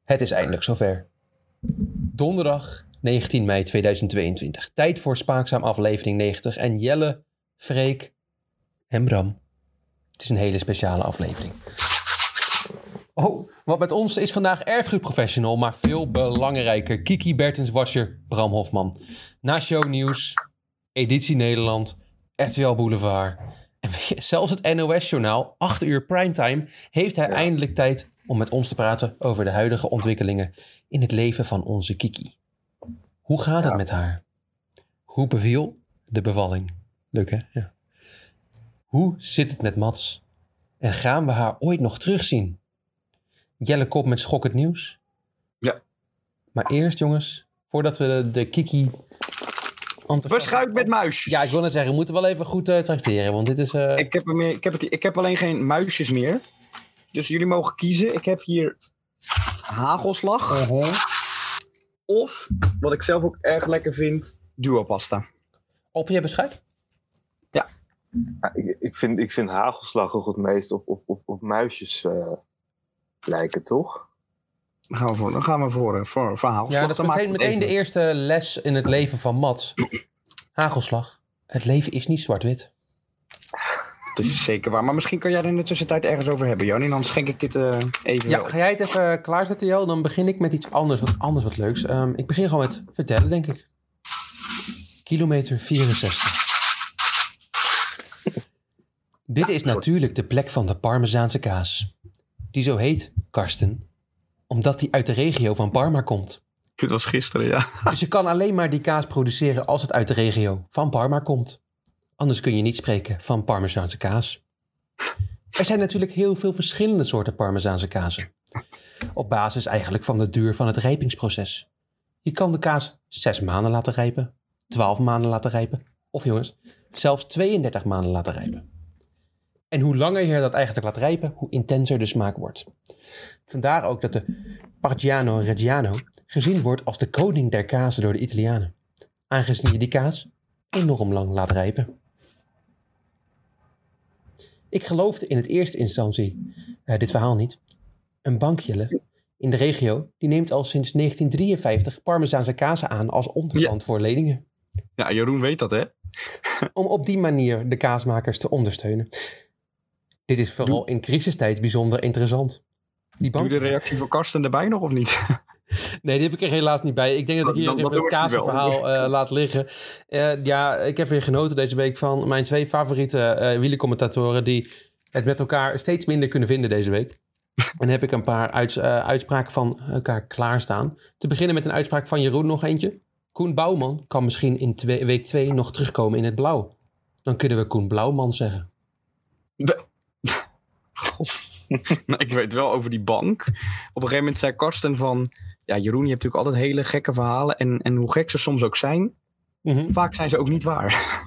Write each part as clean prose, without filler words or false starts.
Het is eindelijk zover. Donderdag 19 mei 2022. Tijd voor Spaakzaam aflevering 90. En Jelle, Freek en Bram. Het is een hele speciale aflevering. Oh, wat met ons is vandaag erfgoedprofessional, maar veel belangrijker. Kiki Bertens-Wascher, Bram Hofman. Na shownieuws, Editie Nederland, RTL Boulevard. En zelfs het NOS-journaal, 8 uur primetime, heeft hij eindelijk tijd om met ons te praten over de huidige ontwikkelingen in het leven van onze Kiki. Hoe gaat het met haar? Hoe beviel de bevalling? Leuk, hè? Ja. Hoe zit het met Mats? En gaan we haar ooit nog terugzien? Jelle kop met schokkend nieuws. Ja. Maar eerst, jongens, voordat we de Kiki... Beschuit met muisjes. Ja, ik wil net zeggen, we moeten wel even goed tracteren, want dit is... Ik heb alleen geen muisjes meer. Dus jullie mogen kiezen. Ik heb hier hagelslag. Of, wat ik zelf ook erg lekker vind, duopasta. Op je beschuit? Ja. Ja, ik vind hagelslag ook het meest op muisjes lijken, toch? Dan gaan we voor hagelslag. Ja, dat is meteen de eerste les in het leven van Mats. Hagelslag. Het leven is niet zwart-wit. Dat is zeker waar. Maar misschien kan jij er in de tussentijd ergens over hebben, Jan. En dan schenk ik dit even Ja, ga jij het even klaarzetten, Jo? Dan begin ik met iets anders, wat leuks. Ik begin gewoon met vertellen, denk ik. Kilometer 64. Dit is natuurlijk de plek van de Parmezaanse kaas. Die zo heet, Karsten, omdat die uit de regio van Parma komt. Dit was gisteren, ja. Dus je kan alleen maar die kaas produceren als het uit de regio van Parma komt. Anders kun je niet spreken van Parmezaanse kaas. Er zijn natuurlijk heel veel verschillende soorten Parmezaanse kazen. Op basis eigenlijk van de duur van het rijpingsproces. Je kan de kaas 6 maanden laten rijpen, 12 maanden laten rijpen. Of jongens, zelfs 32 maanden laten rijpen. En hoe langer je dat eigenlijk laat rijpen, hoe intenser de smaak wordt. Vandaar ook dat de Parmigiano Reggiano gezien wordt als de koning der kazen door de Italianen. Aangezien je die kaas enorm lang laat rijpen. Ik geloofde in het eerste instantie dit verhaal niet. Een bankjelle in de regio die neemt al sinds 1953 Parmezaanse kazen aan als onderpand voor leningen. Ja, Jeroen weet dat, hè? Om op die manier de kaasmakers te ondersteunen. Dit is vooral in crisistijd bijzonder interessant. Doe je de reactie van Karsten erbij nog of niet? Nee, die heb ik er helaas niet bij. Ik denk dat ik hier even het kazenverhaal laat liggen. Ik heb weer genoten deze week van mijn 2 favoriete wielercommentatoren die het met elkaar steeds minder kunnen vinden deze week. En dan heb ik een paar uitspraken van elkaar klaarstaan. Te beginnen met een uitspraak van Jeroen nog eentje. Koen Bouwman kan misschien in week 2 nog terugkomen in het blauw. Dan kunnen we Koen Blauwman zeggen. Nou, ik weet wel over die bank. Op een gegeven moment zei Karsten van... Ja, Jeroen, je hebt natuurlijk altijd hele gekke verhalen. En hoe gek ze soms ook zijn... Vaak zijn ze ook niet waar.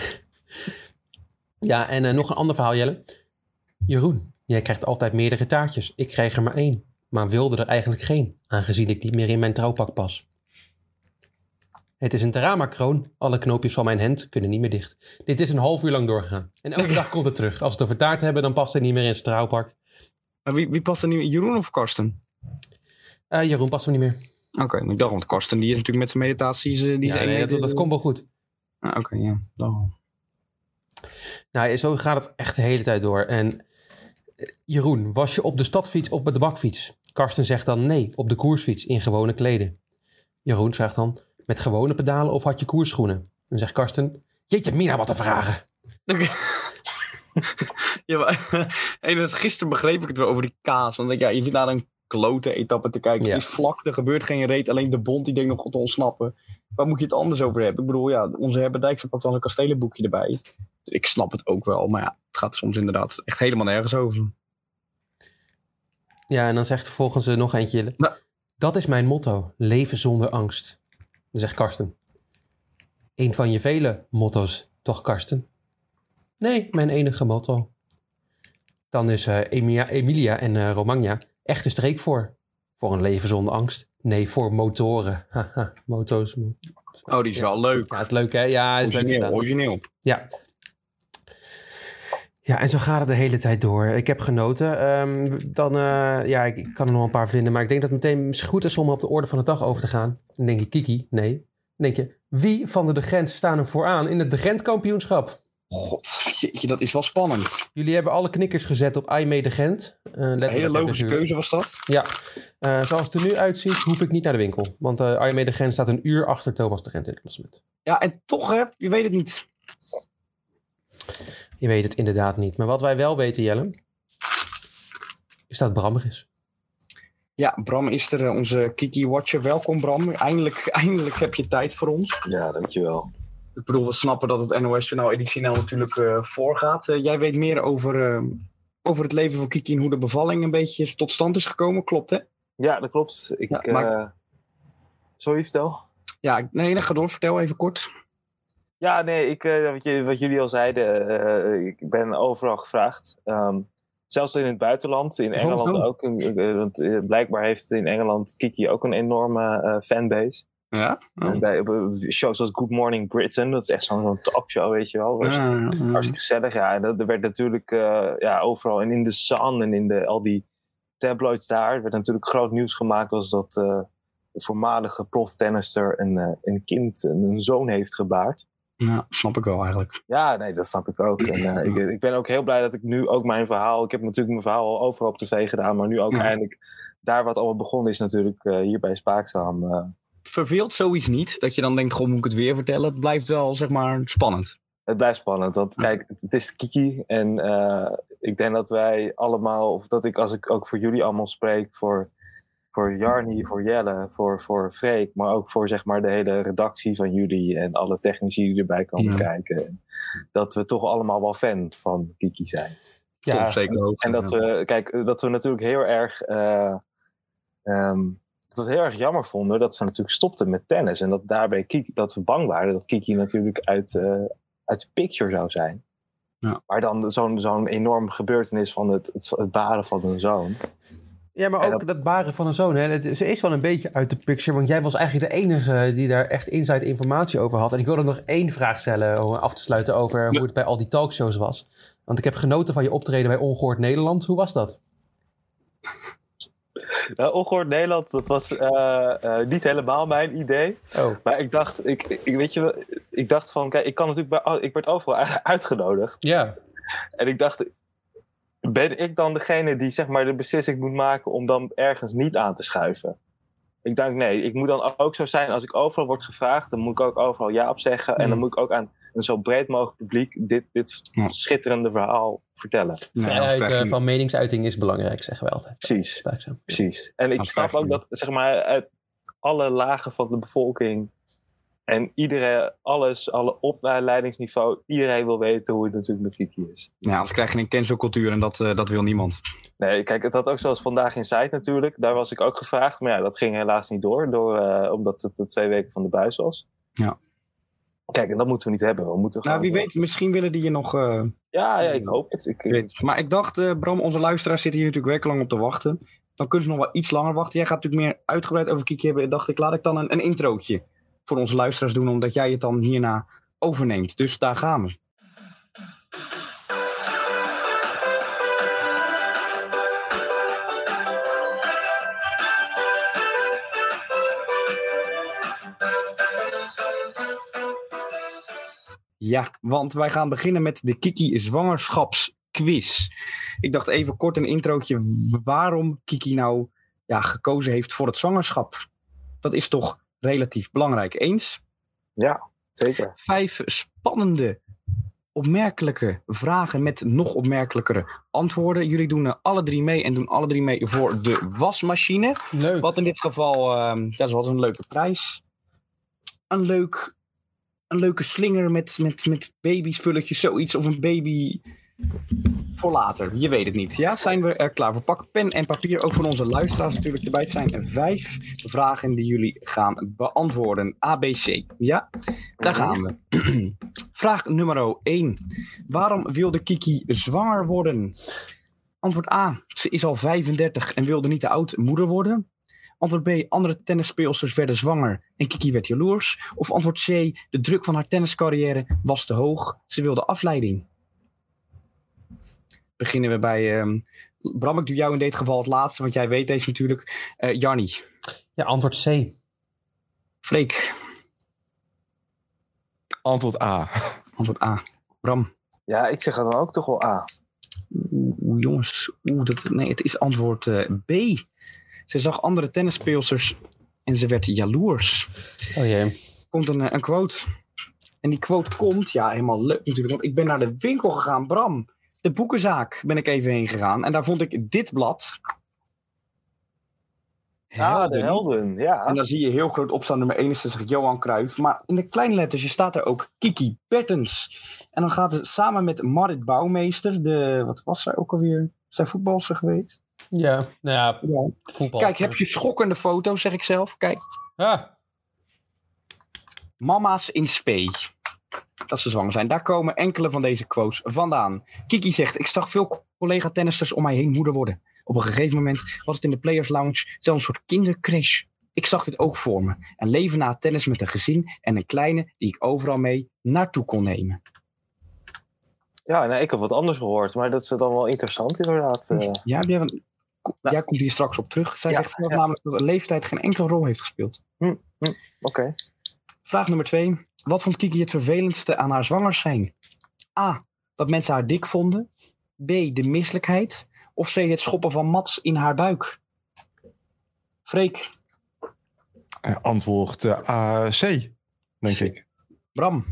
Ja, en nog een ander verhaal, Jelle. Jeroen, jij krijgt altijd meerdere taartjes. Ik krijg er maar 1. Maar wilde er eigenlijk geen. Aangezien ik niet meer in mijn trouwpak pas. Het is een dramakroon. Alle knoopjes van mijn hemd kunnen niet meer dicht. Dit is een half uur lang doorgegaan. En elke dag komt het terug. Als we het over taart hebben, dan past hij niet meer in zijn trouwpak. Maar wie past er niet meer? Jeroen of Karsten? Jeroen past er niet meer. Oké, ik dacht, want Karsten die is natuurlijk met zijn meditaties... dat komt wel goed. Oké, ja. Nou, zo gaat het echt de hele tijd door. En Jeroen, was je op de stadfiets of op de bakfiets? Karsten zegt dan nee, op de koersfiets in gewone kleden. Jeroen vraagt dan, met gewone pedalen of had je koersschoenen? Dan zegt Karsten, jeetje mina, wat te vragen. Ja, maar gisteren begreep ik het wel over die kaas. Want je zit naar een klote etappe te kijken. Ja. Het is vlak, er gebeurt geen reet. Alleen de bond die denkt nog te ontsnappen. Waar moet je het anders over hebben? Ik bedoel, ja, onze Herbert Dijkstra pakt dan een kastelenboekje erbij. Ik snap het ook wel. Maar ja, het gaat soms inderdaad echt helemaal nergens over. Ja, en dan zegt vervolgens nog eentje. Nou. Dat is mijn motto. Leven zonder angst. Dan zegt Karsten. Een van je vele motto's, toch Karsten? Nee, mijn enige motto. Dan is Emilia en Romagna echt een streek voor. Voor een leven zonder angst. Nee, voor motoren. Haha, moto's. Oh, die is wel leuk. Ja, is leuk hè? Ja, is origineel. Ja. Ja, en zo gaat het de hele tijd door. Ik heb genoten. Ik kan er nog een paar vinden. Maar ik denk dat het meteen goed is om op de orde van de dag over te gaan. Dan denk je, Kiki, nee. Dan denk je, wie van de Gent staan er vooraan in het de Gent kampioenschap? God, jeetje, dat is wel spannend. Jullie hebben alle knikkers gezet op IME de Gent. Een hele logische keuze was dat. Ja, zoals het er nu uitziet, hoef ik niet naar de winkel. Want IME de Gent staat een uur achter Thomas de Gent in het klassement. Ja, en toch, hè, je weet het niet. Je weet het inderdaad niet. Maar wat wij wel weten, Jelle, is dat Bram er is. Ja, Bram is er, onze Kiki-watcher. Welkom, Bram. Eindelijk heb je tijd voor ons. Ja, dankjewel. Ik bedoel, we snappen dat het NOS-journaal editie natuurlijk voorgaat. Jij weet meer over het leven van Kiki en hoe de bevalling een beetje tot stand is gekomen. Klopt, hè? Ja, dat klopt. Sorry, vertel. Ja, nee, ga door. Vertel even kort. Ja, nee, wat jullie al zeiden, ik ben overal gevraagd. Zelfs in het buitenland, in Engeland ook. Want blijkbaar heeft in Engeland Kiki ook een enorme fanbase. Ja? Oh. Bij shows zoals Good Morning Britain, dat is echt zo'n talkshow, weet je wel. Hartstikke gezellig. Ja, en er werd natuurlijk overal en in The Sun en in al die tabloids daar, werd natuurlijk groot nieuws gemaakt als dat de voormalige proftennister een kind, een zoon heeft gebaard. Ja, snap ik wel eigenlijk. Ja, nee, dat snap ik ook. En ik ben ook heel blij dat ik nu ook mijn verhaal... Ik heb natuurlijk mijn verhaal al overal op tv gedaan, maar nu ook eindelijk daar wat allemaal begonnen is natuurlijk hier bij Spaakzaam. Verveelt zoiets niet, dat je dan denkt, goh, moet ik het weer vertellen? Het blijft wel, zeg maar, spannend. Het blijft spannend, want kijk, het is Kiki en ik denk dat wij allemaal... Of dat ik, als ik ook voor jullie allemaal spreek, voor Jarny, voor Jelle, voor Freek, maar ook voor zeg maar de hele redactie van jullie en alle technici die erbij komen kijken. En dat we toch allemaal wel fan van Kiki zijn. Ja, toch, zeker ook. En dat we natuurlijk heel erg dat we heel erg jammer vonden dat ze natuurlijk stopten met tennis en dat daarbij Kiki, dat we bang waren dat Kiki natuurlijk uit de picture zou zijn. Ja. Maar dan zo'n enorm gebeurtenis van het baren van een zoon. Ja, maar ook dat baren van een zoon. Hè? Ze is wel een beetje uit de picture. Want jij was eigenlijk de enige die daar echt inside informatie over had. En ik wilde nog 1 vraag stellen om af te sluiten over hoe het bij al die talkshows was. Want ik heb genoten van je optreden bij Ongehoord Nederland. Hoe was dat? Nou, Ongehoord Nederland, dat was niet helemaal mijn idee. Oh. Maar ik dacht, ik dacht van, kijk, ik werd overal uitgenodigd. Ja. En ik dacht... Ben ik dan degene die zeg maar de beslissing moet maken om dan ergens niet aan te schuiven? Ik dacht, nee, ik moet dan ook zo zijn als ik overal word gevraagd, dan moet ik ook overal ja op zeggen. En dan moet ik ook aan een zo breed mogelijk publiek dit schitterende verhaal vertellen. Vrijheid van meningsuiting is belangrijk, zeggen we altijd. Precies. En ik snap ook dat zeg maar uit alle lagen van de bevolking en iedereen, alle opleidingsniveau, iedereen wil weten hoe het natuurlijk met Kiki is. Ja, anders krijg je een cancelcultuur en dat wil niemand. Nee, kijk, het had ook zoals Vandaag in Site natuurlijk. Daar was ik ook gevraagd, maar ja, dat ging helaas niet door omdat het de 2 weken van de buis was. Ja. Kijk, en dat moeten we niet hebben. We moeten gewoon, wie weet, misschien willen die je nog... Ja, ik hoop het. Maar ik dacht, Bram, onze luisteraars zitten hier natuurlijk wekenlang op te wachten. Dan kunnen ze nog wel iets langer wachten. Jij gaat natuurlijk meer uitgebreid over Kiki hebben. Dacht ik, laat ik dan een introotje voor onze luisteraars doen, omdat jij het dan hierna overneemt. Dus daar gaan we. Ja, want wij gaan beginnen met de Kiki zwangerschapsquiz. Ik dacht even kort een introotje waarom Kiki nou gekozen heeft voor het zwangerschap. Dat is toch relatief belangrijk. Eens? Ja, zeker. 5 spannende, opmerkelijke vragen met nog opmerkelijkere antwoorden. Jullie doen alle 3 mee en doen alle 3 mee voor de wasmachine. Leuk. Wat in dit geval, dat is wel een leuke prijs. Een leuke slinger met babyspulletjes, zoiets. Of een baby voor later. Je weet het niet. Ja, zijn we er klaar voor? Pak pen en papier. Ook voor onze luisteraars natuurlijk erbij. Het zijn 5 vragen die jullie gaan beantwoorden. ABC. Ja, daar gaan we. Vraag nummer 1. Waarom wilde Kiki zwanger worden? Antwoord A. Ze is al 35 en wilde niet te oud moeder worden. Antwoord B. Andere tennisspeelsters werden zwanger en Kiki werd jaloers. Of antwoord C. De druk van haar tenniscarrière was te hoog. Ze wilde afleiding. beginnen we bij... Bram, ik doe jou in dit geval het laatste, want jij weet deze natuurlijk. Jarni. Ja, antwoord C. Freek. Antwoord A. Antwoord A. Bram. Ja, ik zeg dan ook toch wel A. Oeh, jongens. Nee, het is antwoord B. Ze zag andere tennisspeelsters en ze werd jaloers. Oh jee. Komt een quote. En die quote komt, ja, helemaal leuk natuurlijk. Want ik ben naar de winkel gegaan, Bram. De boekenzaak ben ik even heen gegaan. En daar vond ik dit blad. Ah, de Helden, ja. En dan zie je heel groot opstaan nummer 61, Johan Cruijff. Maar in de kleine letters staat er ook Kiki Bertens. En dan gaat het samen met Marit Bouwmeester. Wat was zij ook alweer? Zij voetbalster geweest? Ja, nou ja, voetbal. Kijk, heb je schokkende foto's, zeg ik zelf. Kijk. Ah, Mama's in spe. Dat ze zwanger zijn. Daar komen enkele van deze quotes vandaan. Kiki zegt, ik zag veel collega-tennisters om mij heen moeder worden. Op een gegeven moment was het in de Players Lounge zelfs een soort kindercrash. Ik zag dit ook voor me. Een leven na het tennis met een gezin en een kleine die ik overal mee naartoe kon nemen. Ja, nee, ik heb wat anders gehoord, maar dat is dan wel interessant inderdaad. Ja, jij komt hier straks op terug. Zij zegt zelf namelijk dat een leeftijd geen enkele rol heeft gespeeld. Oké. Vraag nummer 2. Wat vond Kiki het vervelendste aan haar zwanger zijn? A. Dat mensen haar dik vonden. B. De misselijkheid. Of C. Het schoppen van Mats in haar buik. Freek. Antwoord C, denk ik. Bram.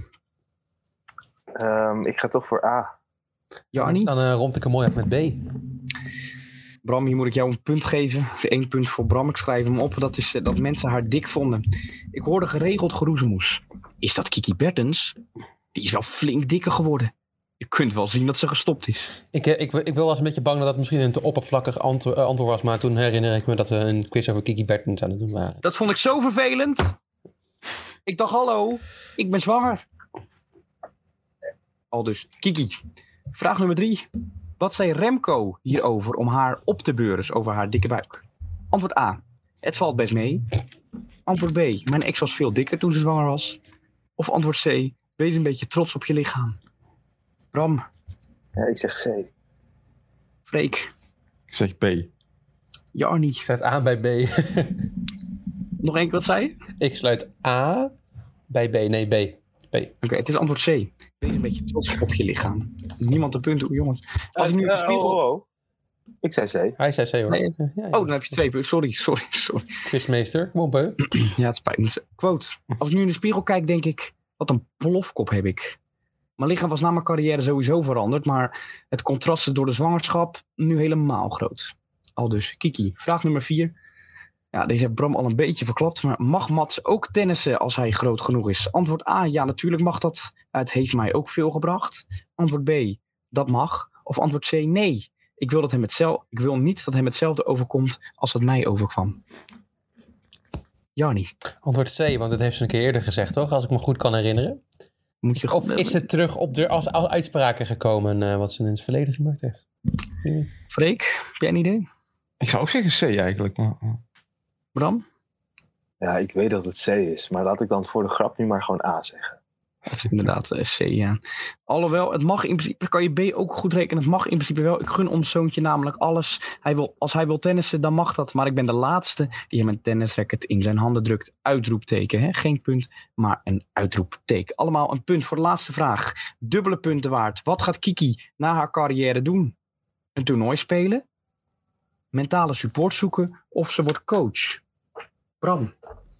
Ik ga toch voor A. Jarni. Dan rond ik er mooi af met B. Bram, hier moet ik jou een punt geven. 1 punt voor Bram, ik schrijf hem op. Dat is dat mensen haar dik vonden. Ik hoorde geregeld geroezemoes. Is dat Kiki Bertens? Die is wel flink dikker geworden. Je kunt wel zien dat ze gestopt is. Ik was een beetje bang dat dat misschien een te oppervlakkig antwoord was. Maar toen herinner ik me dat we een quiz over Kiki Bertens aan het doen waren. Dat vond ik zo vervelend. Ik dacht, hallo, ik ben zwanger. Al dus, Kiki. Vraag nummer 3. Wat zei Remco hierover om haar op te beuren over haar dikke buik? Antwoord A. Het valt best mee. Antwoord B. Mijn ex was veel dikker toen ze zwanger was. Of antwoord C. Wees een beetje trots op je lichaam. Bram. Ja, ik zeg C. Freek. Ik zeg B. Jarni. Ik sluit A bij B. Nog één keer, wat zei je? Ik sluit A bij B. Nee, B. Oké, het is antwoord C. Wees een beetje trots op je lichaam. Niemand een punt, jongens. Als ik nu in de spiegel... Ik zei C. Hij zei C hoor. Nee. Ja. Oh, dan heb je 2 punten. Sorry. Quizmeester, kom op hè. Ja, het spijt me. Quote. Als ik nu in de spiegel kijk, denk ik... Wat een plofkop heb ik. Mijn lichaam was na mijn carrière sowieso veranderd. Maar het contrast is door de zwangerschap nu helemaal groot. Al dus, Kiki. Vraag nummer 4. Ja, deze heeft Bram al een beetje verklapt. Maar mag Mats ook tennissen als hij groot genoeg is? Antwoord A. Ja, natuurlijk mag dat. Het heeft mij ook veel gebracht. Antwoord B. Dat mag. Of antwoord C. Nee. Ik wil niet dat hem hetzelfde overkomt als wat mij overkwam. Jarni. Antwoord C, want dat heeft ze een keer eerder gezegd, toch? Als ik me goed kan herinneren. Of is het terug op als uitspraken gekomen wat ze in het verleden gemaakt heeft? Freek, heb jij een idee? Ik zou ook zeggen C eigenlijk. Maar... Bram? Ja, ik weet dat het C is. Maar laat ik dan voor de grap nu maar gewoon A zeggen. Dat is inderdaad C, ja. Alhoewel, het mag in principe, kan je B ook goed rekenen. Het mag in principe wel. Ik gun ons zoontje namelijk alles. Als hij wil tennissen, dan mag dat. Maar ik ben de laatste die hem een tennisracket in zijn handen drukt. Uitroepteken, hè? Geen punt, maar een uitroepteken. Allemaal een punt voor de laatste vraag. Dubbele punten waard. Wat gaat Kiki na haar carrière doen? Een toernooi spelen? Mentale support zoeken? Of ze wordt coach? Bram?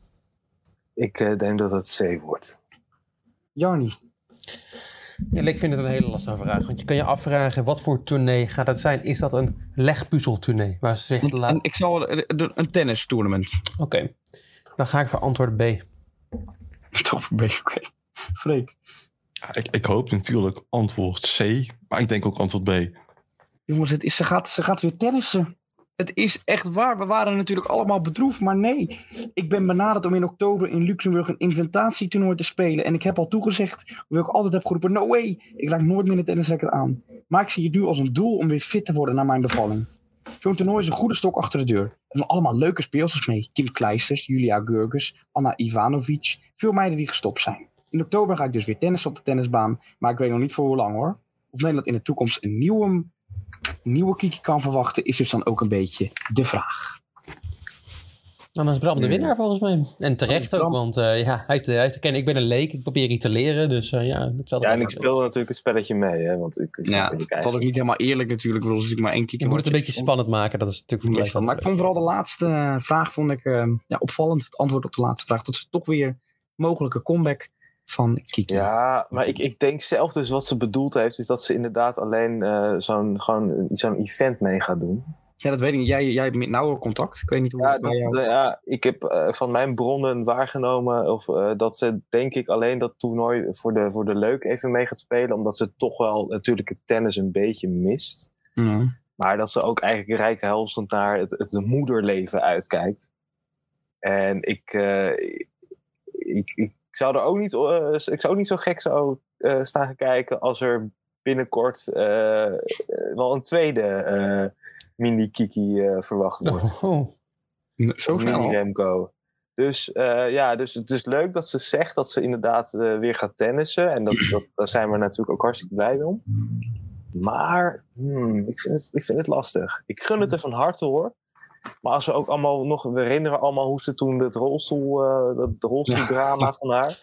Ik denk dat het C wordt. Jarni? Ja, ik vind het een hele lastige vraag. Want je kan je afvragen, wat voor tournee gaat het zijn? Is dat een legpuzzeltournee? Waar ze zich Ik zal een tennis tournament. Oké. Dan ga ik voor antwoord B. Toch B, oké. Freek? Ja, ik hoop natuurlijk antwoord C. Maar ik denk ook antwoord B. Jongens, ze gaat weer tennissen. Het is echt waar. We waren natuurlijk allemaal bedroefd, maar nee. Ik ben benaderd om in oktober in Luxemburg een inventatietoernooi te spelen. En ik heb al toegezegd, hoewel ik altijd heb geroepen, no way, ik raak nooit meer een tennisracket aan. Maar ik zie het nu als een doel om weer fit te worden na mijn bevalling. Zo'n toernooi is een goede stok achter de deur. Er zijn allemaal leuke speelsters mee. Kim Kleisters, Julia Görges, Anna Ivanovic. Veel meiden die gestopt zijn. In oktober ga ik dus weer tennissen op de tennisbaan. Maar ik weet nog niet voor hoe lang hoor. Of Nederland in de toekomst een nieuwe nieuwe Kiki kan verwachten, is dus dan ook een beetje de vraag. Dan is Bram de winnaar volgens mij. En terecht Bram. ook, want hij heeft te kennen. Ik ben een leek, ik probeer iets te leren. Dus hetzelfde. Ja, en ik speelde natuurlijk het spelletje mee, hè, want ik zit Ja, in de het kijker. had ook niet helemaal eerlijk natuurlijk. Ik bedoel, als ik maar 1 Kiki Je moet het een beetje spannend maken. Dat is natuurlijk voor mij Maar ik vond vooral de laatste vraag opvallend. Het antwoord op de laatste vraag. Dat is toch weer mogelijke comeback van Kiki. Ja, maar ik denk zelf dus wat ze bedoeld heeft, is dat ze inderdaad alleen zo'n event mee gaat doen. Ja, dat weet ik niet. Jij hebt met nauwer contact. Ik weet niet hoe Ja, het bij jou... ik heb van mijn bronnen waargenomen dat ze denk ik alleen dat toernooi voor de leuk even mee gaat spelen, omdat ze toch wel natuurlijk het tennis een beetje mist. Ja. Maar dat ze ook eigenlijk rijke helftend naar het moederleven uitkijkt. En ik zou er ook niet, ik zou ook niet zo gek staan kijken als er binnenkort wel een tweede mini Kiki verwacht wordt. Zo snel. Mini Remco. Dus dus het is leuk dat ze zegt dat ze inderdaad weer gaat tennissen. En daar zijn we natuurlijk ook hartstikke blij om. Maar ik vind het lastig. Ik gun het er van harte hoor. Maar als we ook allemaal we herinneren allemaal hoe ze toen het rolstoeldrama van haar.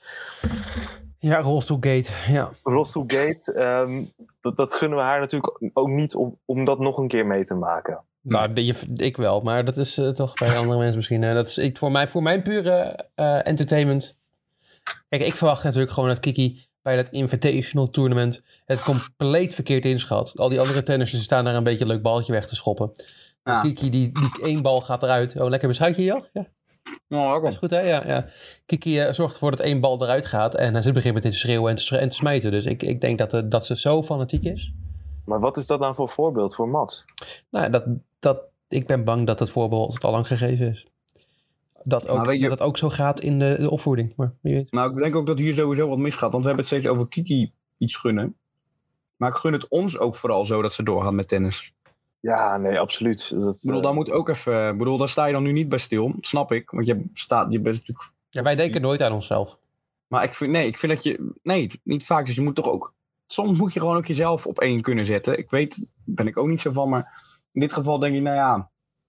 Ja, rolstoelgate. Ja. Rolstoelgate. Dat gunnen we haar natuurlijk ook niet om dat nog een keer mee te maken. Nou, ik wel, maar dat is toch bij andere mensen misschien. Dat is voor mijn pure entertainment. Kijk, ik verwacht natuurlijk gewoon dat Kiki bij dat Invitational Tournament het compleet verkeerd inschat. Al die andere tennissers staan daar een beetje een leuk balletje weg te schoppen. Ja. Kiki, die 1 bal gaat eruit. Oh, lekker beschuitje, Jan? Ja. Nou, Dat is goed, hè? Ja. Kiki zorgt ervoor dat 1 bal eruit gaat. En ze begint met te schreeuwen en te smijten. Dus ik denk dat ze zo fanatiek is. Maar wat is dat nou voor voorbeeld voor Mat? Nou, ik ben bang dat het voorbeeld al lang gegeven is. Dat het ook zo gaat in de opvoeding. Maar wie weet. Nou, ik denk ook dat hier sowieso wat misgaat. Want we hebben het steeds over Kiki iets gunnen. Maar ik gun het ons ook vooral zo dat ze doorgaan met tennis. Ja, nee, absoluut. Ik bedoel, daar moet ook even... Ik bedoel, daar sta je dan nu niet bij stil. Dat snap ik. Want je bent natuurlijk... Ja, wij denken nooit aan onszelf. Maar ik vind dat je... Nee, niet vaak. Dus je moet toch ook... Soms moet je gewoon ook jezelf op 1 kunnen zetten. Ik weet, daar ben ik ook niet zo van. Maar in dit geval denk ik, nou ja...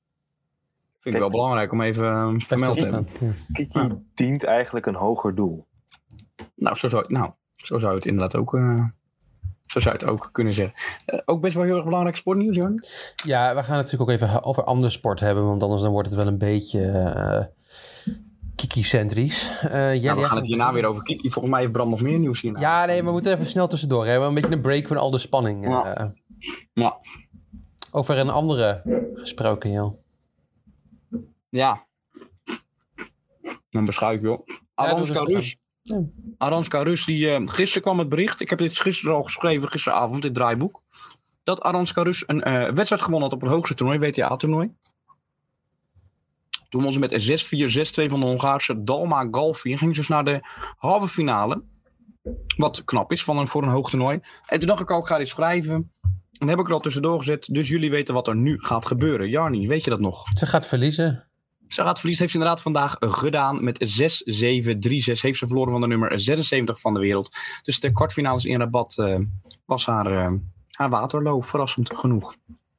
Vind ik wel belangrijk om even vermeld te hebben. Kiki dient eigenlijk een hoger doel. Nou, zo zou je het inderdaad ook... Zo zou je het ook kunnen zeggen. Ook best wel heel erg belangrijk sportnieuws, Jan. Ja, we gaan het natuurlijk ook even over ander sport hebben. Want anders dan wordt het wel een beetje Kiki-centrisch. We gaan het hierna weer over Kiki. Volgens mij heeft Bram nog meer nieuws hierna. Ja, nee, we moeten even snel tussendoor. We hebben een beetje een break van al de spanning. Ja. Over een andere gesproken, Jan. Ja. Een beschuitje, joh. Aranska Rus. Ja. Aranska Rus, die gisteren kwam het bericht. Ik heb dit gisteren al geschreven, gisteravond, in het draaiboek. Dat Aranska Rus een wedstrijd gewonnen had op het hoogste toernooi, WTA-toernooi. Toen won ze met 6-4, 6-2 van de Hongaarse Dalma Galfi. Ging ze dus naar de halve finale. Wat knap is voor een hoog toernooi. En toen dacht ik al, ik ga dit schrijven. En heb ik er al tussendoor gezet. Dus jullie weten wat er nu gaat gebeuren. Jarni, weet je dat nog? Ze gaat verliezen. Ze gaat verliezen, heeft ze inderdaad vandaag gedaan. Met 6-7, 3-6 heeft ze verloren van de nummer 76 van de wereld. Dus de kwartfinales in Rabat was haar Waterloo. Verrassend genoeg.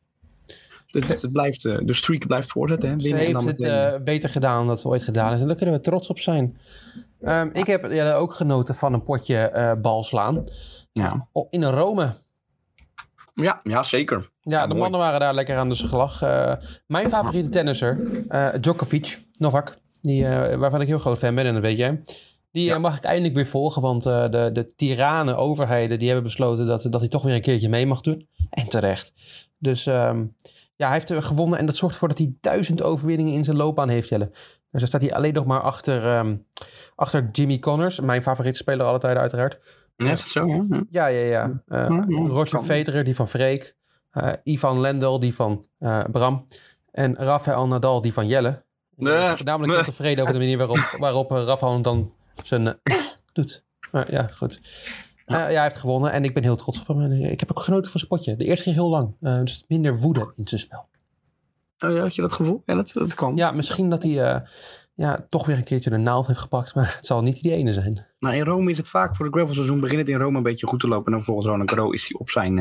De streak blijft voortzetten. Hè? Ze heeft het beter gedaan dan dat ze ooit gedaan heeft. En daar kunnen we trots op zijn. Ik heb ook genoten van een potje bal slaan. Ja. In Rome. Ja, zeker. Ja, de mannen waren daar lekker aan de slag. Mijn favoriete tennisser, Djokovic, Novak, waarvan ik heel groot fan ben, en dat weet jij. Die mag ik eindelijk weer volgen, want de tiranen, overheden, die hebben besloten dat hij toch weer een keertje mee mag doen. En terecht. Dus hij heeft gewonnen en dat zorgt ervoor dat hij 1000 overwinningen in zijn loopbaan heeft, Jelle. Dus dan staat hij alleen nog maar achter Jimmy Connors, mijn favoriete speler alle tijden uiteraard. Ja, is het zo? Ja. Roger Federer, die van Freek. Ivan Lendl, die van Bram. En Rafael Nadal, die van Jelle. Namelijk heel tevreden over de manier waarop Rafael dan zijn doet. Maar ja, goed. Hij heeft gewonnen en ik ben heel trots op hem. Ik heb ook genoten van zijn potje. De eerste ging heel lang. Dus minder woede in zijn spel. Oh ja, had je dat gevoel? Ja, dat kan. Ja, misschien dat hij toch weer een keertje de naald heeft gepakt. Maar het zal niet die ene zijn. Nou, in Rome is het vaak voor het gravelseizoen begint het in Rome een beetje goed te lopen. En dan volgens Roland Garros is hij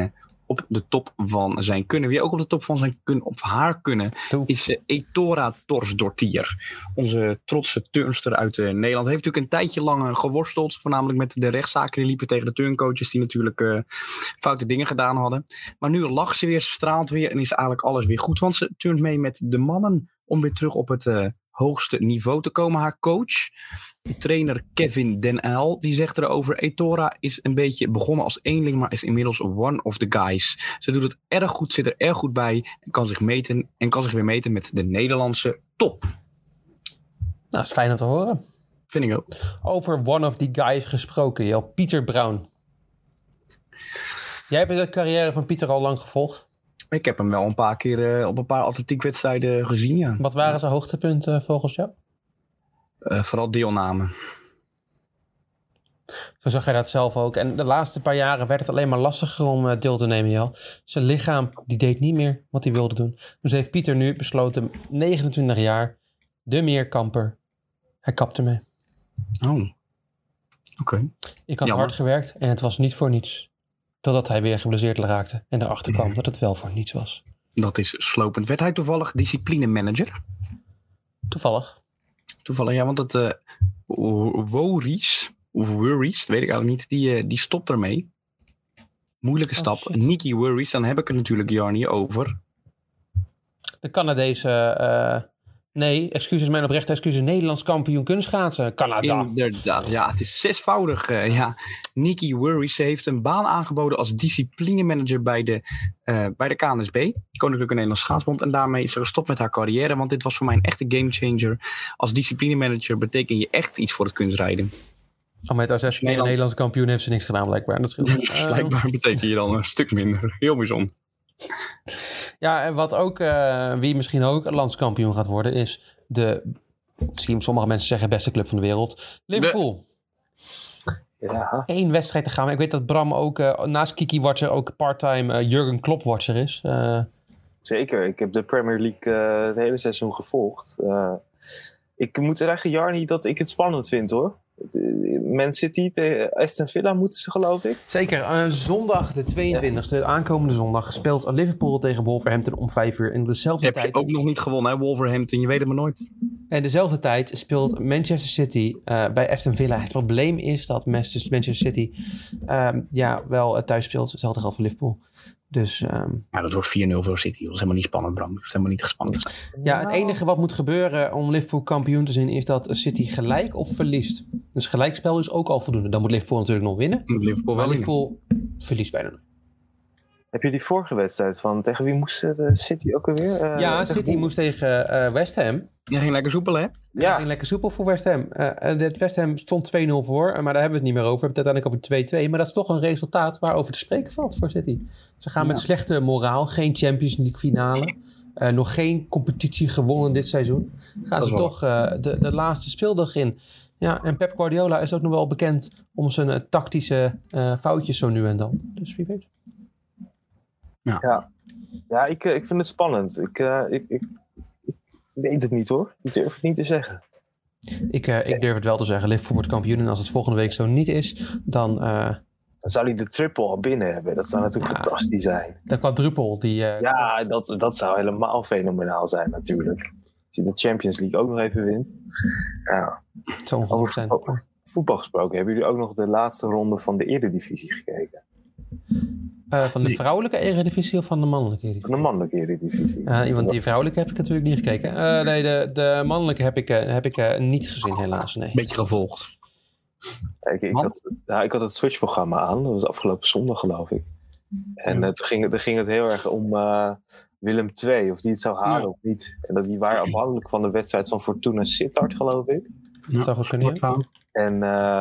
op de top van zijn kunnen. Wie ook op de top van zijn kunnen, of haar kunnen, is Etora Torsdortier. Onze trotse turnster uit Nederland. Heeft natuurlijk een tijdje lang geworsteld. Voornamelijk met de rechtszaken die liepen tegen de turncoaches. Die natuurlijk foute dingen gedaan hadden. Maar nu lacht ze weer, straalt weer en is eigenlijk alles weer goed. Want ze turnt mee met de mannen om weer terug op het hoogste niveau te komen. Haar coach, trainer Kevin Den Uyl, die zegt erover: Etora is een beetje begonnen als eenling, maar is inmiddels one of the guys. Ze doet het erg goed, zit er erg goed bij en kan zich weer meten met de Nederlandse top. Nou, dat is fijn om te horen. Vind ik ook. Over one of the guys gesproken, Pieter Brown. Jij hebt de carrière van Pieter al lang gevolgd. Ik heb hem wel een paar keer op een paar atletiekwedstrijden gezien, ja. Wat waren zijn hoogtepunten volgens jou? Vooral deelname. Zo zag jij dat zelf ook. En de laatste paar jaren werd het alleen maar lastiger om deel te nemen, Jel. Zijn lichaam die deed niet meer wat hij wilde doen. Dus heeft Pieter nu besloten, 29 jaar, de meerkamper. Hij kapt ermee. Oh, oké. Ik had hard gewerkt en het was niet voor niets. Totdat hij weer geblesseerd raakte en erachter kwam dat het wel voor niets was. Dat is slopend. Werd hij toevallig disciplinemanager? Toevallig, ja, want het Worries, dat weet ik eigenlijk niet, die stopt ermee. Moeilijke stap. Shit. Nikki Worries, dan heb ik het natuurlijk, Jarnie, over. de Canadese... nee, excuses, mijn oprechte excuses. Nederlands kampioen kunstschaatsen. Canada. Inderdaad, ja, het is 6voudig. Nikki Worries, ze heeft een baan aangeboden als disciplinemanager bij de KNSB, Koninklijke Nederlandse Schaatsbond. En daarmee is ze gestopt met haar carrière, want dit was voor mij een echte gamechanger. Als disciplinemanager betekent je echt iets voor het kunstrijden. Met haar 6 keer Nederlandse kampioen heeft ze niks gedaan, blijkbaar. Dat Blijkbaar betekent je dan een stuk minder. Heel bijzonder. Ja, en wat ook, wie misschien ook een landskampioen gaat worden, is misschien sommige mensen zeggen, beste club van de wereld. Liverpool. Ja. 1 wedstrijd te gaan. Maar ik weet dat Bram ook naast Kiki Watcher ook part-time Jurgen Klopp Watcher is. Zeker, ik heb de Premier League het hele seizoen gevolgd. Ik moet zeggen, Jarnie, dat ik het spannend vind, hoor. Man City tegen Aston Villa moeten ze, geloof ik. Zeker. Zondag de 22e, aankomende zondag, speelt Liverpool tegen Wolverhampton om 5 uur. En dezelfde tijd... Heb je ook nog niet gewonnen, hè, Wolverhampton? Je weet het maar nooit. En dezelfde tijd speelt Manchester City bij Aston Villa. Het probleem is dat Manchester City wel thuis speelt. Hetzelfde geldt voor Liverpool. Dus, dat wordt 4-0 voor City. Dat is helemaal niet spannend, Bram. Dat is helemaal niet gespannen. Ja, het enige wat moet gebeuren om Liverpool kampioen te zijn, is dat City gelijk of verliest. Dus gelijkspel is ook al voldoende. Dan moet Liverpool natuurlijk nog winnen. Liverpool verliest bijna nog. Heb je die vorige wedstrijd van tegen wie moest City ook alweer? City moest tegen West Ham. Ja, ging lekker soepel, hè? Ja, ging lekker soepel voor West Ham. West Ham stond 2-0 voor, maar daar hebben we het niet meer over. We hebben het uiteindelijk over 2-2. Maar dat is toch een resultaat waarover te spreken valt voor City. Ze gaan met slechte moraal, geen Champions League finale. Nog geen competitie gewonnen dit seizoen. Gaan ze toch de laatste speeldag in. Ja, en Pep Guardiola is ook nog wel bekend om zijn tactische foutjes zo nu en dan. Dus wie weet. Ja, ik vind het spannend. Ik weet het niet, hoor. Ik durf het niet te zeggen. Ik durf het wel te zeggen. Liverpool wordt kampioen. En als het volgende week zo niet is, dan... Dan zou hij de triple al binnen hebben. Dat zou natuurlijk fantastisch zijn. De quadruple. Dat zou helemaal fenomenaal zijn natuurlijk. Als je de Champions League ook nog even wint. Ja. Het zou ongelooflijk zijn. Over voetbal gesproken. Hebben jullie ook nog de laatste ronde van de Eredivisie gekeken? Van de vrouwelijke Eredivisie of van de mannelijke Eredivisie? Van de mannelijke Eredivisie. Want die vrouwelijke heb ik natuurlijk niet gekeken. Nee, de mannelijke heb ik niet gezien, helaas. Nee. Beetje gevolgd. Ik had het Switch-programma aan. Dat was afgelopen zondag, geloof ik. En toen ging het heel erg om Willem II. Of die het zou halen of niet. En die waren afhankelijk van de wedstrijd van Fortuna Sittard, geloof ik. Dat zou goed kunnen, ja. En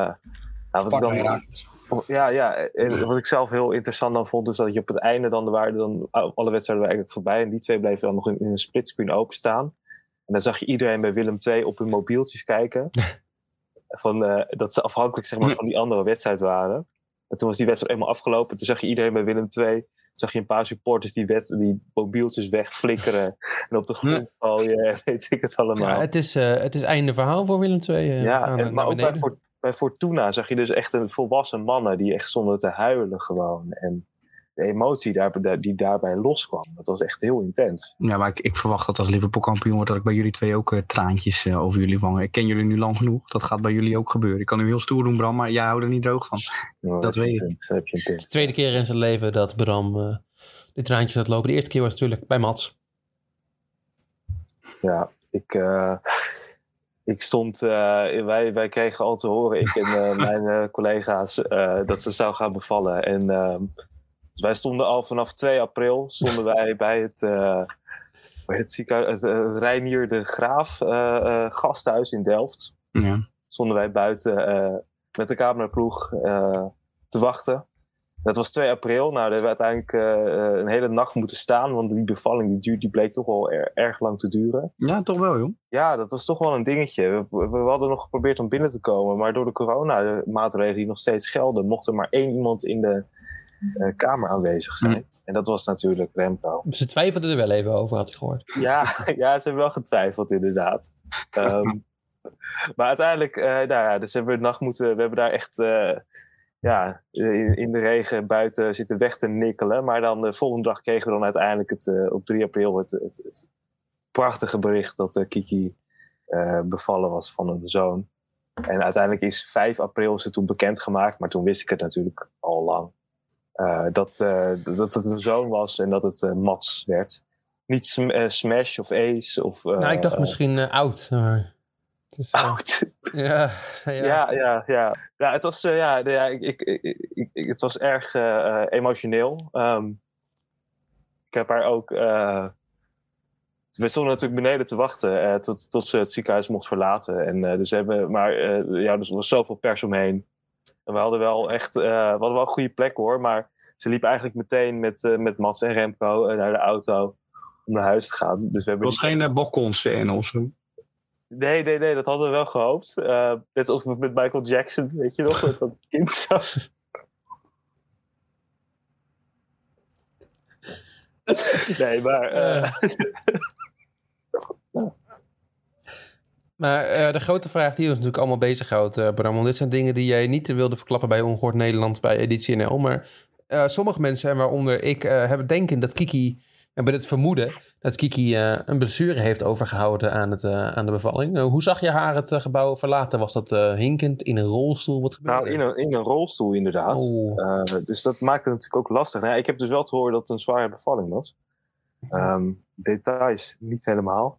wat ik zelf heel interessant dan vond, is dat je op het einde dan alle wedstrijden eigenlijk voorbij. En die twee bleven dan nog in een splitscreen openstaan. En dan zag je iedereen bij Willem II op hun mobieltjes kijken. Dat ze afhankelijk, zeg maar, van die andere wedstrijd waren. En toen was die wedstrijd eenmaal afgelopen. Toen zag je iedereen bij Willem II. Zag je een paar supporters die mobieltjes wegflikkeren. En op de grond gooien. Weet ik het allemaal. Ja, het is einde verhaal voor Willem II. Maar ook bij Fortuna zag je dus echt een volwassen mannen die echt stonden te huilen gewoon. En de emotie die daarbij loskwam, dat was echt heel intens. Ja, maar ik verwacht dat als Liverpool kampioen wordt, dat ik bij jullie twee ook traantjes over jullie vangen. Ik ken jullie nu lang genoeg. Dat gaat bij jullie ook gebeuren. Ik kan nu heel stoer doen, Bram, maar jij houdt er niet droog van. Dat weet ik. Heb je een punt. Het is de tweede keer in zijn leven dat Bram de traantjes laat lopen. De eerste keer was natuurlijk bij Mats. Ja, ik stond... wij kregen al te horen, ik en mijn collega's, dat ze zou gaan bevallen. En dus wij stonden al vanaf 2 april bij het ziekenhuis, het Reinier de Graaf gasthuis in Delft. Ja. Stonden wij buiten met de cameraploeg te wachten. Dat was 2 april. Nou, daar hebben we uiteindelijk een hele nacht moeten staan. Want die bevalling die bleek toch wel erg lang te duren. Ja, toch wel, joh. Ja, dat was toch wel een dingetje. We hadden nog geprobeerd om binnen te komen. Maar door de corona-maatregelen die nog steeds gelden, mocht er maar 1 iemand in de kamer aanwezig zijn. En dat was natuurlijk Remco. Ze twijfelden er wel even over, had ik gehoord. Ja, ze hebben wel getwijfeld inderdaad. Maar uiteindelijk, dus hebben we hebben daar echt in de regen buiten zitten weg te nikkelen. Maar dan de volgende dag kregen we dan uiteindelijk op 3 april het prachtige bericht dat Kiki bevallen was van een zoon. En uiteindelijk is 5 april ze toen bekendgemaakt, maar toen wist ik het natuurlijk al lang. Dat het een zoon was en dat het Mats werd. Niet Smash of Ace. Nou, ik dacht misschien oud. Maar het is, oud? Ja. Ja, het was, het was erg emotioneel. Ik heb haar ook... we stonden natuurlijk beneden te wachten tot ze het ziekenhuis mocht verlaten. En dus er was zoveel pers omheen. En we hadden wel echt we hadden wel een goede plek hoor. Maar ze liep eigenlijk meteen met Mats en Remco naar de auto om naar huis te gaan. Dus we hebben het was geen balkonscène of zo? Nee, dat hadden we wel gehoopt. Net als met Michael Jackson, weet je nog, met dat kind zo. Nee, maar... Maar de grote vraag die ons natuurlijk allemaal bezighoudt, Bram, want dit zijn dingen die jij niet wilde verklappen bij Ongehoord Nederland, bij Editie NL, maar sommige mensen, en waaronder ik, hebben denken dat Kiki, hebben het vermoeden dat Kiki een blessure heeft overgehouden aan de bevalling. Hoe zag je haar het gebouw verlaten? Was dat hinkend, in een rolstoel? Wat gebeurde? Nou, in een rolstoel inderdaad. Dus dat maakte het natuurlijk ook lastig. Nou, ik heb dus wel te horen dat het een zware bevalling was. Details niet helemaal.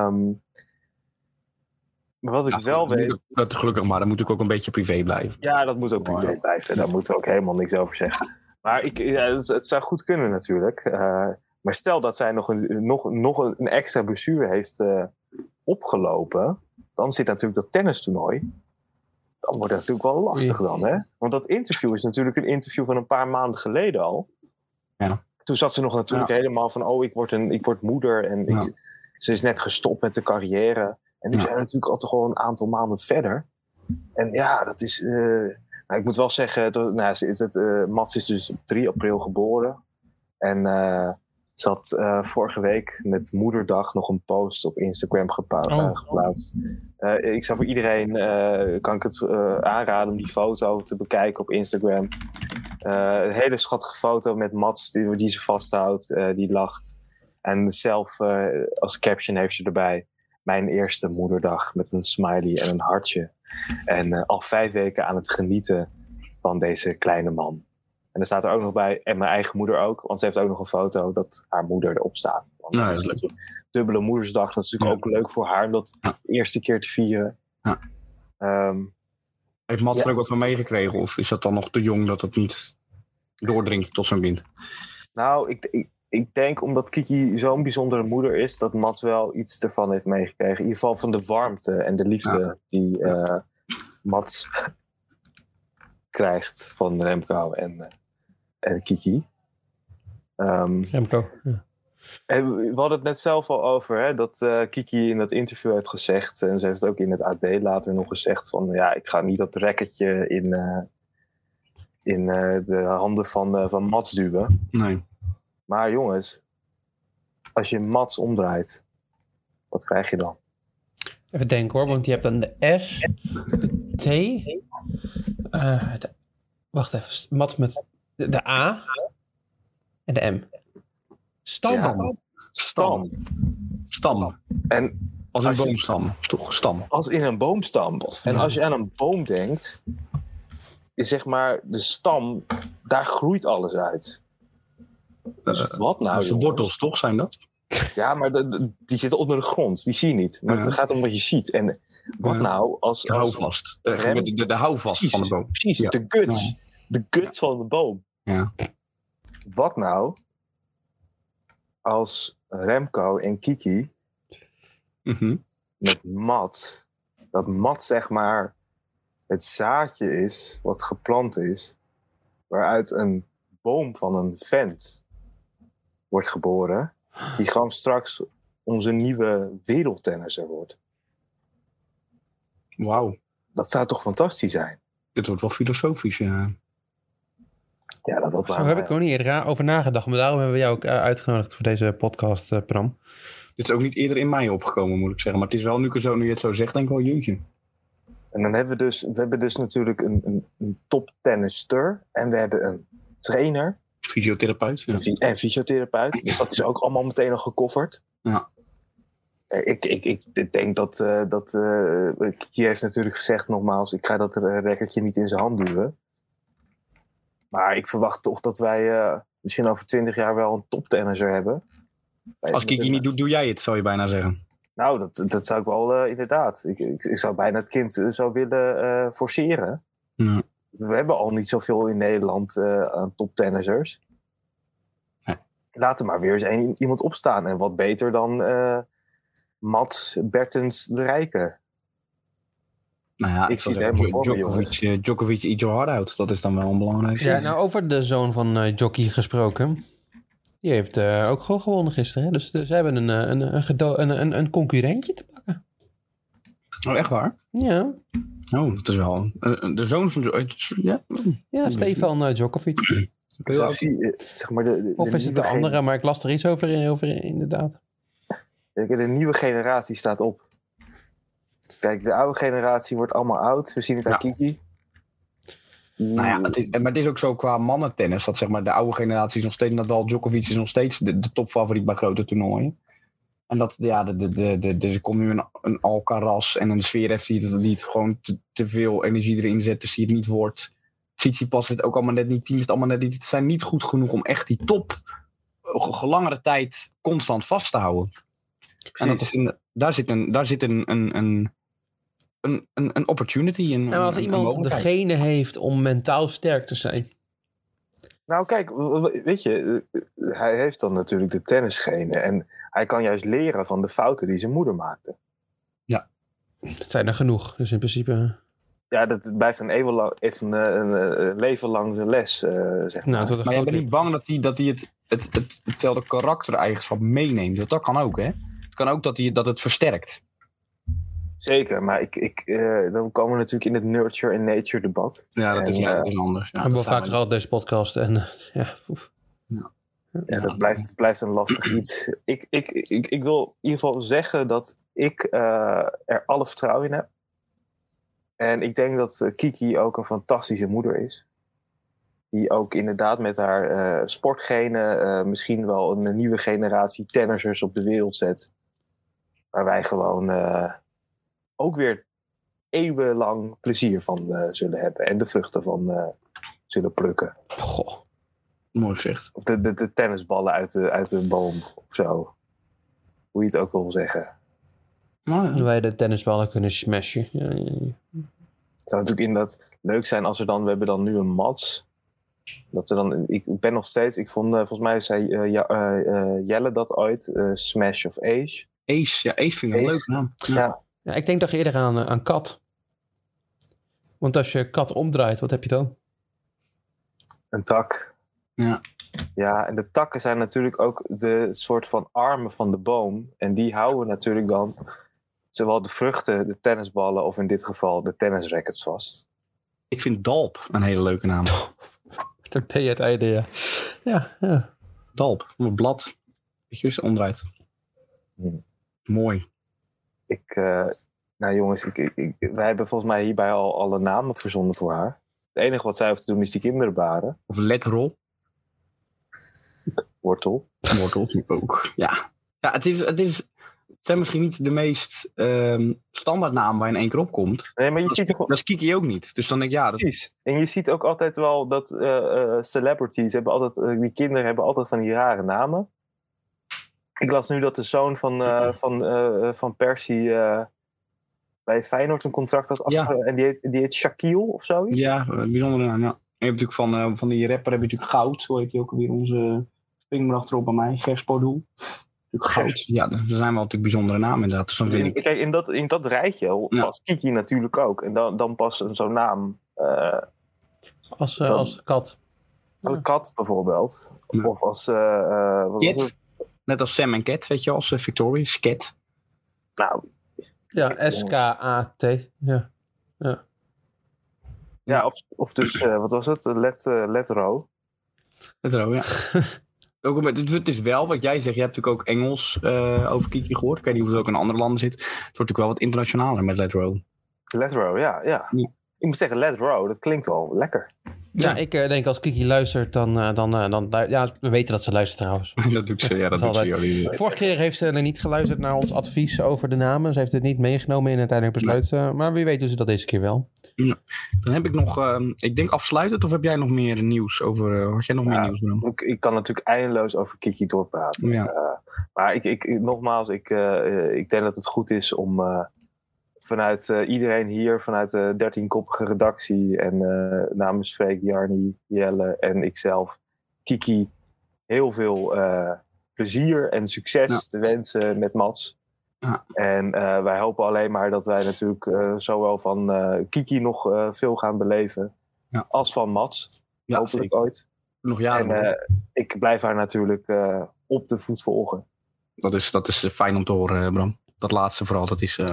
Maar wat ik wel weet... Dat gelukkig maar, dat moet ook een beetje privé blijven. Ja, dat moet ook privé blijven. Daar moeten we ook helemaal niks over zeggen. Maar het zou goed kunnen natuurlijk. Maar stel dat zij nog een extra blessure heeft opgelopen, dan zit natuurlijk dat tennistoernooi. Dan wordt het natuurlijk wel lastig dan, hè? Want dat interview is natuurlijk een interview van een paar maanden geleden al. Ja. Toen zat ze nog natuurlijk helemaal van, ik word moeder en ze is net gestopt met de carrière. En nu zijn we natuurlijk al toch wel een aantal maanden verder. En ja, dat is... ik moet wel zeggen, Mats is dus op 3 april geboren. En ze had vorige week met Moederdag nog een post op Instagram geplaatst. Ik zou voor iedereen, kan ik het aanraden om die foto te bekijken op Instagram. Een hele schattige foto met Mats die ze vasthoudt, die lacht. En zelf als caption heeft ze erbij: mijn eerste moederdag, met een smiley en een hartje. En al 5 weken aan het genieten van deze kleine man. En er staat er ook nog bij, en mijn eigen moeder ook, want ze heeft ook nog een foto dat haar moeder erop staat. Want dat is natuurlijk dubbele moedersdag, dat is natuurlijk ook leuk voor haar om dat de eerste keer te vieren. Ja. Heeft Mats er ook wat van meegekregen, of is dat dan nog te jong dat het niet doordringt tot zo'n kind? Nou, ik denk omdat Kiki zo'n bijzondere moeder is, dat Mats wel iets ervan heeft meegekregen. In ieder geval van de warmte en de liefde die Mats krijgt van Remco en Kiki. Remco, ja. En we hadden het net zelf al over, hè, dat Kiki in dat interview heeft gezegd, en ze heeft het ook in het AD later nog gezegd, van ja, ik ga niet dat racketje in de handen van Mats duwen. Nee. Maar jongens, als je Mats omdraait, wat krijg je dan? Even denken hoor, want je hebt dan de S, de T, wacht even, Mats met de A. En de M. Stam. Ja. Stam. En Als een als je- boomstam, toch? Stam. als in een boomstam. En als je aan een boom denkt, is zeg maar de stam, daar groeit alles uit. Dus wat nou? de jongens? wortels, toch, zijn dat? Ja, maar die zitten onder de grond. Die zie je niet. Maar Ja. het gaat om wat je ziet. En wat Ja. nou als... De houvast. De houvast Precies, van de boom. Precies, Ja. de guts. Ja. De guts van de boom. Ja. Wat nou als Remco en Kiki Mhm. met Mats, dat Mats zeg maar het zaadje is wat geplant is, waaruit een boom van een vent wordt geboren, die gewoon straks onze nieuwe wereldtennisser wordt. Wauw. Dat zou toch fantastisch zijn? Dit wordt wel filosofisch. Ja. Ja, dat Zo heb ik er ook niet eerder over nagedacht. Maar daarom hebben we jou ook uitgenodigd voor deze podcast, Bram. Dit is ook niet eerder in mij opgekomen, moet ik zeggen. Maar het is wel, nu je het zo zegt, denk ik wel, jeetje. En dan hebben we hebben dus natuurlijk een toptennister en we hebben een trainer Fysiotherapeut. Ja. en fysiotherapeut. Dus dat is ook allemaal meteen al gecoverd. Ja. Ik denk dat Kiki heeft natuurlijk gezegd nogmaals, ik ga dat rekkertje niet in zijn hand duwen. Maar ik verwacht toch dat wij misschien over 20 jaar wel een toptennisser hebben. Als Kiki niet doet, doe jij het, zou je bijna zeggen. Nou, dat zou ik wel inderdaad. Ik zou bijna het kind zo willen forceren. Ja. We hebben al niet zoveel in Nederland aan toptennissers. Nee. Laat er maar weer eens iemand opstaan. En wat beter dan Mats Bertens de Rijke. Nou ja, Ik zie het helemaal voor me, jongens. Djokovic eat your heart out. Dat is dan wel een belangrijk. Ja, nou over de zoon van Jockey gesproken. Die heeft ook gewoon gewonnen gisteren. Hè? Dus ze hebben een concurrentje te pakken. Oh, echt waar? Ja, Oh, dat is wel... de zoon van... Ja? ja Stefan Djokovic. Zeg maar Of is het de andere, maar ik las er iets over inderdaad. De nieuwe generatie staat op. Kijk, de oude generatie wordt allemaal oud. We zien het aan Ja. Kiki. Nou ja, maar het is ook zo qua mannentennis. Dat zeg maar de oude generatie is nog steeds... Nadal, Djokovic is nog steeds de topfavoriet bij grote toernooien. En dat, ja, er komt nu een Alcaraz en een Zverev die het gewoon te veel energie erin zet. Dus die het niet wordt. Tsitsipas zit ook allemaal net niet. Teams het allemaal net niet. Het zijn niet goed genoeg om echt die top langere tijd constant vast te houden. En dat is daar zit een opportunity. En als iemand degene heeft om mentaal sterk te zijn. Nou kijk, weet je, hij heeft dan natuurlijk de tennisgene. En hij kan juist leren van de fouten die zijn moeder maakte. Dat zijn er genoeg. Dus in principe... Ja, dat blijft een leven lang de les, zeg maar. Nou, Maar je bent niet bang dat hij hetzelfde karaktereigenschap meeneemt. Dat kan ook, hè? Het kan ook dat het versterkt. Zeker, maar dan komen we natuurlijk in het nurture en nature debat. Ja, dat is anders. Ja, We hebben wel vaker gehad deze podcast. En Ja, dat blijft een lastig iets. Ik wil in ieder geval zeggen dat ik er alle vertrouwen in heb. En ik denk dat Kiki ook een fantastische moeder is. Die ook inderdaad met haar sportgenen misschien wel een nieuwe generatie tennissers op de wereld zet. Waar wij gewoon ook weer eeuwenlang plezier van zullen hebben. En de vruchten van zullen plukken. goh. Mooi gezegd. Of de tennisballen uit de boom of zo. Hoe je het ook wil zeggen. Wij de tennisballen kunnen smashen. Ja. Het zou natuurlijk inderdaad leuk zijn als we hebben dan nu een Mats. Dat er dan, ik ben nog steeds, ik vond, volgens mij zei Jelle dat ooit, Smash of Ace. Ace, ja, Ace vind ik een Ace. leuke naam. Ja. Ja, ik denk toch eerder aan kat. Want als je kat omdraait, wat heb je dan? Een tak. Ja. Ja, en de takken zijn natuurlijk ook de soort van armen van de boom. En die houden natuurlijk dan zowel de vruchten, de tennisballen of in dit geval de tennisrackets vast. Ik vind Dalp een hele leuke naam. Daar ben je het einde, ja. Ja. Dalp, een blad. Weet je, dus omdraait. Mooi. Nou jongens, wij hebben volgens mij hierbij al alle namen verzonnen voor haar. Het enige wat zij hoeft te doen is die kinderen baren. Of Letrol. wortel. Wortels ook, ja. Ja, het zijn misschien niet de meest standaard namen waar je in één keer op komt. Nee, maar je ziet toch... Dat is Kiki ook niet. Dus dan denk ik, ja... Precies. En je ziet ook altijd wel dat celebrities hebben altijd... die kinderen hebben altijd van die rare namen. Ik las nu dat de zoon van Persie bij Feyenoord een contract had afgesloten. En die heet Shaquille of zoiets. Ja, bijzondere naam, ja. En je hebt natuurlijk van die rapper heb je natuurlijk Goud. Zo heet hij ook alweer, onze springbracht erop bij mij. Verspodoel. Goud. Ja, er zijn wel natuurlijk bijzondere namen inderdaad. Dus dan vind ik... Kijk, in dat rijtje past Kiki natuurlijk ook. En dan past zo'n naam... Als kat. Als kat bijvoorbeeld. Ja. Of als... Cat. Net als Sam en Cat, weet je, als Victoria. Cat. Nou... Ja, SKAT. Ja. Ja, of dus... wat was het? Letro. Letro, ja. Het is wel wat jij zegt. Je hebt natuurlijk ook Engels over Kiki gehoord. Ik weet niet of het ook in andere landen zit. Het wordt natuurlijk wel wat internationaler met Letro. Letro, ja. Ik moet zeggen, Letro, dat klinkt wel lekker. Ja, ik denk als Kiki luistert, dan ja, we weten dat ze luistert trouwens. Dat doet ze, ja. Dat doet ze. Vorige keer heeft ze niet geluisterd naar ons advies over de namen. Ze heeft het niet meegenomen in het uiteindelijk besluit. Maar wie weet doen ze dat deze keer wel. Ja. Dan heb ik nog, ik denk afsluitend, of heb jij nog meer nieuws over, had jij nog meer nieuws? Bram? Ik kan natuurlijk eindeloos over Kiki doorpraten. Ja. Maar nogmaals, ik denk dat het goed is om vanuit iedereen hier, vanuit de 13-koppige redactie en namens Freek, Jarni, Jelle en ikzelf, Kiki, heel veel plezier en succes te wensen met Mats. Ja. En wij hopen alleen maar dat wij natuurlijk zowel van Kiki nog veel gaan beleven als van Mats. Ja, hopelijk zeker. ooit. Nog jaren. En ik blijf haar natuurlijk op de voet volgen. Dat is fijn om te horen, Bram. Dat laatste vooral, dat is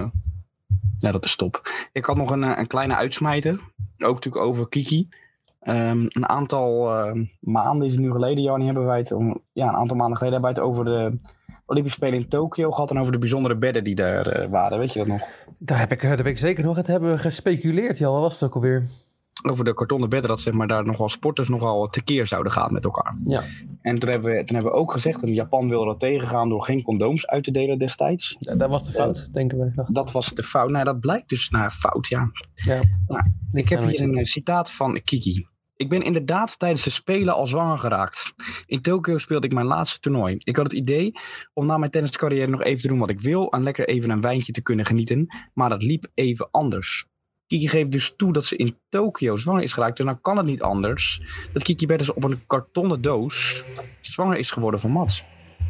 top. Ik had nog een kleine uitsmijter. Ook natuurlijk over Kiki. Een aantal maanden is het nu geleden, Jarni, hebben wij het... een aantal maanden geleden hebben wij het over de Olympische Spelen in Tokio gehad en over de bijzondere bedden die daar waren. Weet je dat nog? Dat weet ik zeker nog. Het hebben we gespeculeerd, Jan. Wat was het ook alweer? Over de kartonnen bedden, dat zeg maar daar nogal sporters nogal tekeer zouden gaan met elkaar. Ja. En toen hebben we ook gezegd, en Japan wilde dat tegengaan door geen condooms uit te delen destijds. Dat was de fout, denken we. Dat was de fout. Nou, dat blijkt dus fout, ja. Nou, ik heb hier een citaat van Kiki. Ik ben inderdaad tijdens de Spelen al zwanger geraakt. In Tokio speelde ik mijn laatste toernooi. Ik had het idee om na mijn tenniscarrière nog even te doen wat ik wil en lekker even een wijntje te kunnen genieten. Maar dat liep even anders. Kiki geeft dus toe dat ze in Tokio zwanger is geraakt. En dan kan het niet anders dat Kiki Bertens op een kartonnen doos zwanger is geworden van Mats.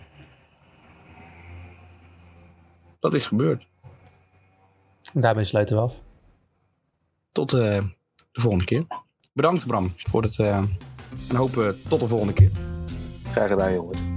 Dat is gebeurd. Daarmee sluiten we af. Tot de volgende keer. Bedankt Bram voor het en hopen tot de volgende keer. Graag gedaan, jongens.